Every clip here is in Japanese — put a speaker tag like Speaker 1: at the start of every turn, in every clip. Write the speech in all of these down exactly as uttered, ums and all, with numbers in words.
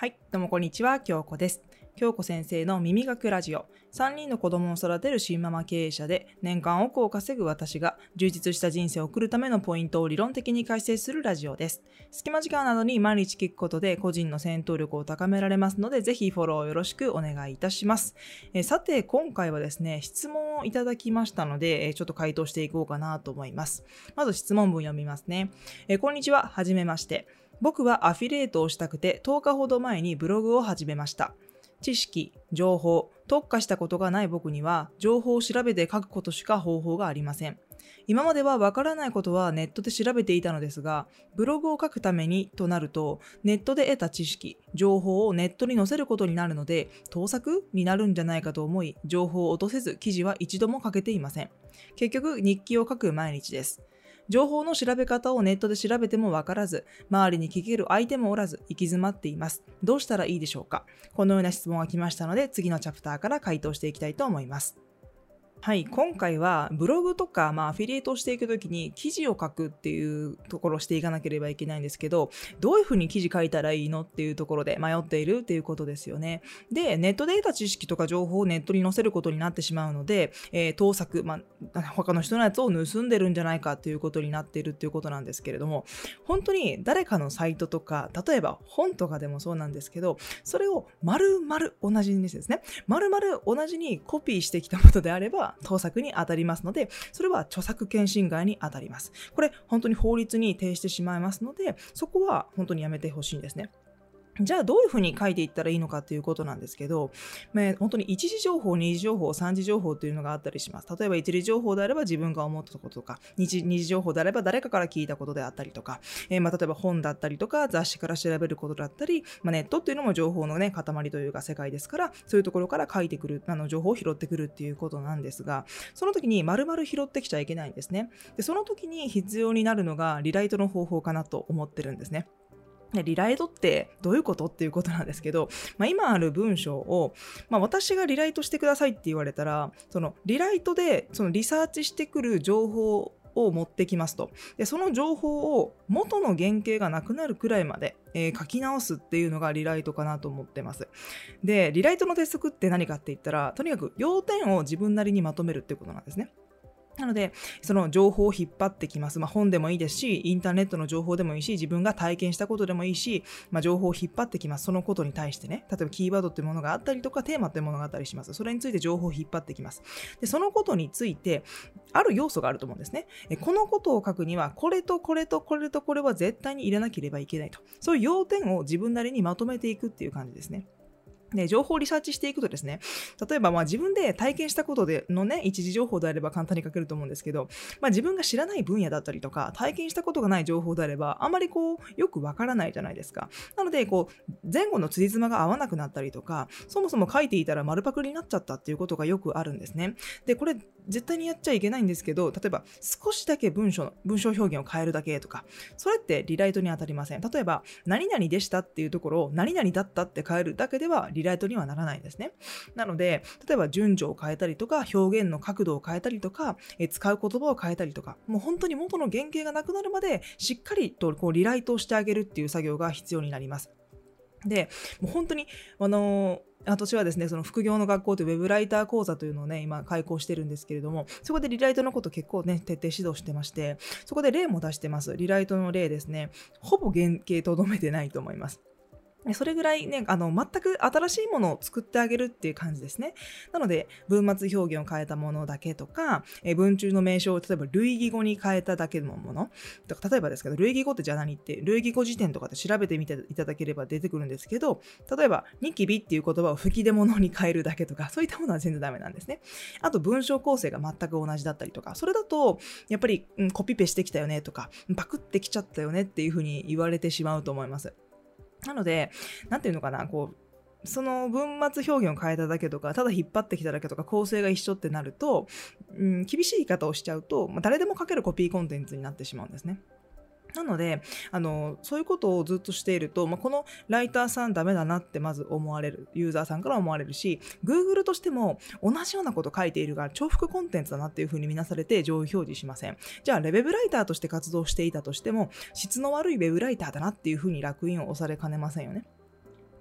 Speaker 1: はい、どうもこんにちは、京子です。京子先生の耳学ラジオ。さんにんの子供を育てる新ママ経営者で、年間億を稼ぐ私が充実した人生を送るためのポイントを理論的に解説するラジオです。隙間時間などに毎日聞くことで個人の戦闘力を高められますので、ぜひフォローよろしくお願いいたします。えー、さて、今回はですね、質問をいただきましたので、えー、ちょっと回答していこうかなと思います。まず質問文読みますね。えー、こんにちは、はじめまして。僕はアフィリエイトをしたくてとおかほど前にブログを始めました。知識、情報、特化したことがない僕には情報を調べて書くことしか方法がありません。今まではわからないことはネットで調べていたのですが、ブログを書くためにとなるとネットで得た知識、情報をネットに載せることになるので盗作になるんじゃないかと思い、情報を落とせず記事は一度も書けていません。結局日記を書く毎日です。情報の調べ方をネットで調べてもわからず、周りに聞ける相手もおらず、行き詰まっています。どうしたらいいでしょうか？このような質問が来ましたので、次のチャプターから回答していきたいと思います。はい、今回はブログとか、まあ、アフィリエイトをしていくときに記事を書くっていうところをしていかなければいけないんですけど、どういうふうに記事書いたらいいのっていうところで迷っているっていうことですよね。で、ネットで得た知識とか情報をネットに載せることになってしまうので、えー、盗作、まあ、他の人のやつを盗んでるんじゃないかっていうことになっているっていうことなんですけれども、本当に誰かのサイトとか、例えば本とかでもそうなんですけど、それを丸々同じにですね、丸々同じにコピーしてきたものであれば、盗作に当たりますので、それは著作権侵害に当たります。これ本当に法律に呈してしまいますので、そこは本当にやめてほしいんですね。じゃあどういうふうに書いていったらいいのかということなんですけど、まあ、本当に一次情報、二次情報、三次情報というのがあったりします。例えば一次情報であれば自分が思ったこととか、二次、二次情報であれば誰かから聞いたことであったりとか、えー、まあ例えば本だったりとか雑誌から調べることだったり、まあ、ネットっていうのも情報のね塊というか世界ですから、そういうところから書いてくるあの情報を拾ってくるっていうことなんですが、その時に丸々拾ってきちゃいけないんですね。で、その時に必要になるのがリライトの方法かなと思ってるんですね。リライトってどういうことっていうことなんですけど、まあ、今ある文章を、まあ、私がリライトしてくださいって言われたら、そのリライトでそのリサーチしてくる情報を持ってきますと。で、その情報を元の原型がなくなるくらいまで、えー、書き直すっていうのがリライトかなと思ってます。で、リライトの鉄則って何かって言ったら、とにかく要点を自分なりにまとめるっていうことなんですね。なので、その情報を引っ張ってきます。まあ、本でもいいですし、インターネットの情報でもいいし、自分が体験したことでもいいし、まあ、情報を引っ張ってきます。そのことに対してね、例えばキーワードっていうものがあったりとか、テーマっていうものがあったりします。それについて情報を引っ張ってきます。で、そのことについて、ある要素があると思うんですね。このことを書くには、これとこれとこれとこれは絶対に入れなければいけないと。そういう要点を自分なりにまとめていくっていう感じですね。で、情報をリサーチしていくとですね、例えばまあ自分で体験したことでのね、一時情報であれば簡単に書けると思うんですけど、まあ自分が知らない分野だったりとか、体験したことがない情報であれば、あまりこう、よくわからないじゃないですか。なので、こう、前後の辻褄が合わなくなったりとか、そもそも書いていたら丸パクリになっちゃったっていうことがよくあるんですね。で、これ、絶対にやっちゃいけないんですけど、例えば少しだけ文章、文章表現を変えるだけとか、それってリライトに当たりません。例えば、何々でしたっていうところを何々だったって変えるだけではリライトにはならないんですね。なので、例えば順序を変えたりとか、表現の角度を変えたりとか、え使う言葉を変えたりとか、もう本当に元の原型がなくなるまでしっかりとこうリライトをしてあげるっていう作業が必要になります。で、もう本当に、あのー私はですね、その副業の学校というウェブライター講座というのをね、今開講してるんですけれども、そこでリライトのこと結構ね、徹底指導してまして、そこで例も出してます。リライトの例ですね、ほぼ原型とどめてないと思います。それぐらいね、あの、全く新しいものを作ってあげるっていう感じですね。なので、文末表現を変えたものだけとか、え文中の名称を例えば類義語に変えただけのもの。例えばですけど、類義語ってじゃあ何って、類義語辞典とかで調べてみていただければ出てくるんですけど、例えば、ニキビっていう言葉を吹き出物に変えるだけとか、そういったものは全然ダメなんですね。あと、文章構成が全く同じだったりとか、それだと、やっぱり、うん、コピペしてきたよねとか、パクってきちゃったよねっていうふうに言われてしまうと思います。なので、なんていうのかな、こう、その文末表現を変えただけとか、ただ引っ張ってきただけとか、構成が一緒ってなると、うん、厳しい言い方をしちゃうと、まあ、誰でも書けるコピーコンテンツになってしまうんですね。なので、あの、そういうことをずっとしていると、まあ、このライターさんダメだなってまず思われる、ユーザーさんから思われるし、Google としても同じようなこと書いているが重複コンテンツだなっていうふうに見なされて上位表示しません。じゃあ、ウェブライターとして活動していたとしても、質の悪いウェブライターだなっていうふうに烙印を押されかねませんよね。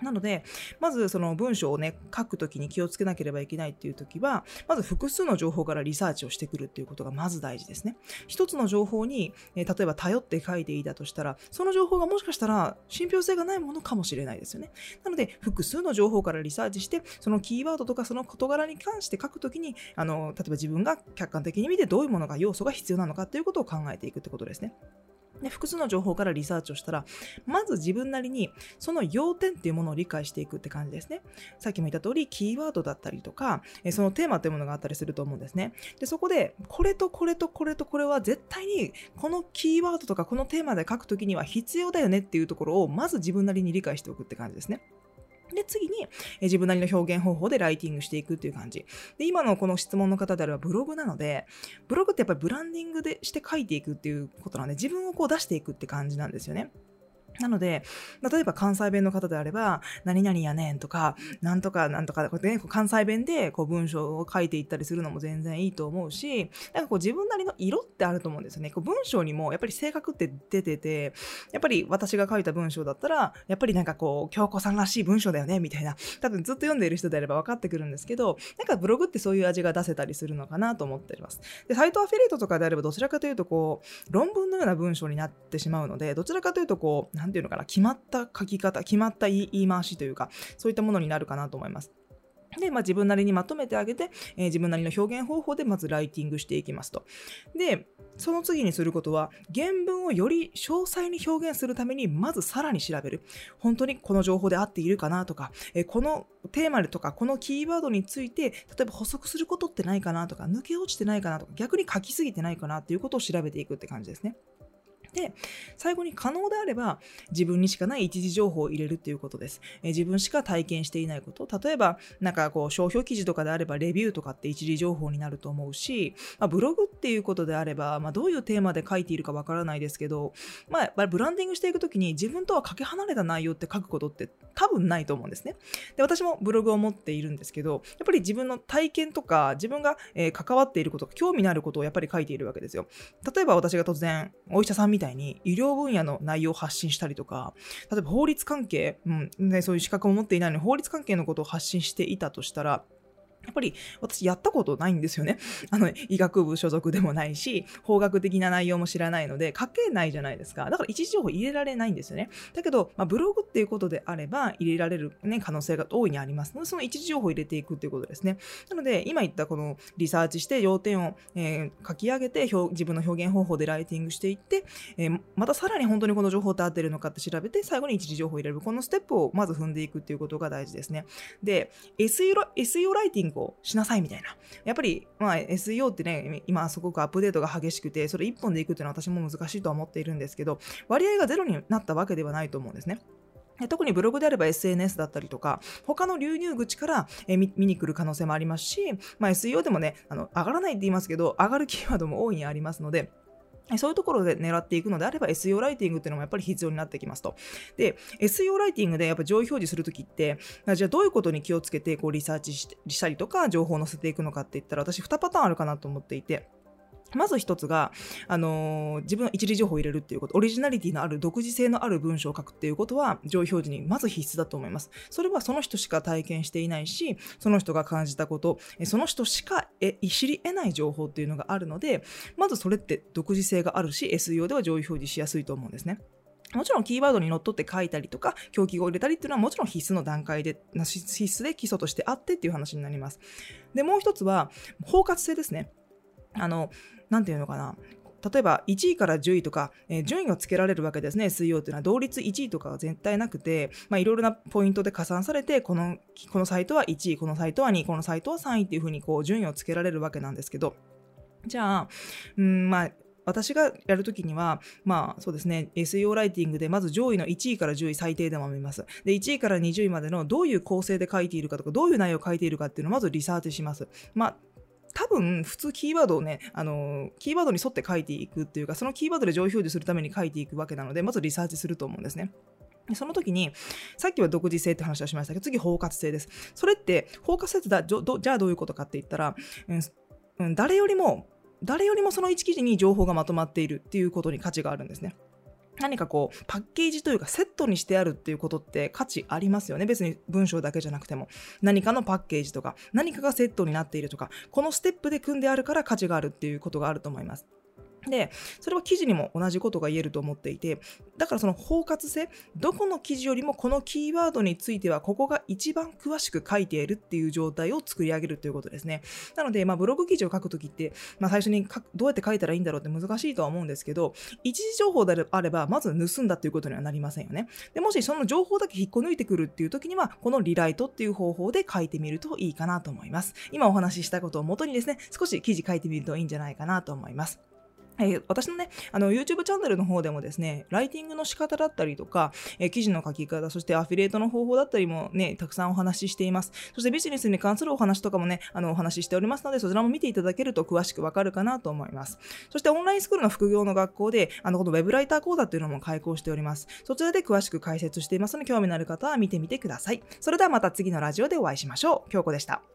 Speaker 1: なので、まずその文章をね、書くときに気をつけなければいけないっていうときは、まず複数の情報からリサーチをしてくるっていうことがまず大事ですね。一つの情報に、えー、例えば頼って書いていたとしたら、その情報がもしかしたら信憑性がないものかもしれないですよね。なので、複数の情報からリサーチして、そのキーワードとかその事柄に関して書くときに、あの、例えば自分が客観的に見てどういうものが要素が必要なのかっていうことを考えていくってことですね。で、複数の情報からリサーチをしたら、まず自分なりにその要点っていうものを理解していくって感じですね。さっきも言った通り、キーワードだったりとか、そのテーマというものがあったりすると思うんですね。で、そこで、これとこれとこれとこれは絶対にこのキーワードとかこのテーマで書くときには必要だよねっていうところをまず自分なりに理解しておくって感じですね。で、次に、え自分なりの表現方法でライティングしていくっていう感じ。で、今のこの質問の方であればブログなので、ブログってやっぱりブランディングでして書いていくっていうことなので、自分をこう出していくって感じなんですよね。なので、例えば関西弁の方であれば、何々やねんとか、なんとかなんとか、ね、関西弁でこう文章を書いていったりするのも全然いいと思うし、なんかこう自分なりの色ってあると思うんですよね。こう文章にもやっぱり性格って出てて、やっぱり私が書いた文章だったら、やっぱりなんかこう、京子さんらしい文章だよね、みたいな、多分ずっと読んでいる人であれば分かってくるんですけど、なんかブログってそういう味が出せたりするのかなと思っております。で、サイトアフィリエイトとかであればどちらかというとこう、論文のような文章になってしまうので、どちらかというとこう、なんていうのかな、決まった書き方、決まった言い、言い回しというか、そういったものになるかなと思います。で、まあ、自分なりにまとめてあげて、えー、自分なりの表現方法でまずライティングしていきますと。で、その次にすることは、原文をより詳細に表現するために、まずさらに調べる。本当にこの情報で合っているかなとか、えー、このテーマでとか、このキーワードについて、例えば補足することってないかなとか、抜け落ちてないかなとか、逆に書きすぎてないかなっていうことを調べていくって感じですね。で、最後に可能であれば自分にしかない一時情報を入れるっていうことです。えー、自分しか体験していないこと。例えば、なんかこう、商標記事とかであればレビューとかって一時情報になると思うし、まあ、ブログっていうことであれば、まあ、どういうテーマで書いているかわからないですけど、まあ、やっぱりブランディングしていくときに自分とはかけ離れた内容って書くことって多分ないと思うんですね。で、私もブログを持っているんですけど、やっぱり自分の体験とか、自分が、えー、関わっていること、興味のあることをやっぱり書いているわけですよ。例えば私が突然、お医者さんみたいに医療分野の内容を発信したりとか、例えば法律関係、うんね、そういう資格を持っていないのに法律関係のことを発信していたとしたら、やっぱり私やったことないんですよね。あの、医学部所属でもないし、法学的な内容も知らないので、書けないじゃないですか。だから一時情報入れられないんですよね。だけど、まあ、ブログっていうことであれば、入れられる、ね、可能性が大いにありますので、その一時情報を入れていくっていうことですね。なので、今言ったこのリサーチして要点を、えー、書き上げて表、自分の表現方法でライティングしていって、えー、またさらに本当にこの情報って合ってるのかって調べて、最後に一時情報を入れる。このステップをまず踏んでいくっていうことが大事ですね。で、エスイーオー、エスイーオー ライティングをしなさいみたいな。やっぱり、まあ、エスイーオー ってね、今すごくアップデートが激しくて、それ一本でいくっていうのは私も難しいとは思っているんですけど、割合がゼロになったわけではないと思うんですね。特にブログであれば エスエヌエス だったりとか、他の流入口からえ見に来る可能性もありますし、まあ、エスイーオー でもね、あの上がらないって言いますけど、上がるキーワードも大いにありますので、そういうところで狙っていくのであれば エスイーオー ライティングっていうのもやっぱり必要になってきますと。で、エスイーオー ライティングでやっぱ上位表示するときって、じゃあどういうことに気をつけてこうリサーチしたりとか情報を載せていくのかって言ったら、私にパターンあるかなと思っていて、まず一つが、あのー、自分の一時情報を入れるっていうこと、オリジナリティのある独自性のある文章を書くっていうことは上位表示にまず必須だと思います。それはその人しか体験していないし、その人が感じたこと、その人しかえ知り得ない情報っていうのがあるので、まずそれって独自性があるし、エスイーオー では上位表示しやすいと思うんですね。もちろんキーワードにのっとって書いたりとか、狂気語を入れたりっていうのはもちろん必須の段階で、必須で基礎としてあってっていう話になります。で、もう一つは、包括性ですね。あの、なんていうのかな。例えばいちいからじゅういとか、えー、順位をつけられるわけですね。エスイーオー っていうのは同率いちいとかは絶対なくて、まあいろいろなポイントで加算されて、この、このサイトはいちい、このサイトはにい、このサイトはさんいっていうふうにこう順位をつけられるわけなんですけど、じゃあ、うん、まあ、私がやるときには、まあそうですね、エスイーオー ライティングでまず上位のいちいからじゅうい最低でも見ます。で、いちいからにじゅういまでのどういう構成で書いているかとか、どういう内容を書いているかっていうのをまずリサーチします。まあ多分普通キーワードをね、あのキーワードに沿って書いていくっていうか、そのキーワードで上位表示するために書いていくわけなので、まずリサーチすると思うんですね。その時に、さっきは独自性って話をしましたけど、次包括性です。それって包括性ってだどじゃあどういうことかって言ったら、うん、誰よりも誰よりもそのいち記事に情報がまとまっているっていうことに価値があるんですね。 何かこうパッケージというかセットにしてあるっていうことって価値ありますよね。別に文章だけじゃなくても何かのパッケージとか何かがセットになっているとか、このステップで組んであるから価値があるっていうことがあると思います。で、それは記事にも同じことが言えると思っていて、だからその包括性、どこの記事よりもこのキーワードについてはここが一番詳しく書いているっていう状態を作り上げるということですね。なので、まあ、ブログ記事を書くときって、まあ、最初にどうやって書いたらいいんだろうって難しいとは思うんですけど、一時情報であればまず盗んだということにはなりませんよね。で、もしその情報だけ引っこ抜いてくるっていうときには、このリライトっていう方法で書いてみるといいかなと思います。今お話ししたことをもとにですね、少し記事書いてみるといいんじゃないかなと思います。えー、私のね、あの YouTube チャンネルの方でもですね、ライティングの仕方だったりとか、えー、記事の書き方、そしてアフィリエイトの方法だったりもね、たくさんお話ししています。そしてビジネスに関するお話とかもね、あのお話ししておりますので、そちらも見ていただけると詳しくわかるかなと思います。そしてオンラインスクールの副業の学校で、あのこのウェブライター講座っていうのも開講しております。そちらで詳しく解説していますので、興味のある方は見てみてください。それではまた次のラジオでお会いしましょう。京子でした。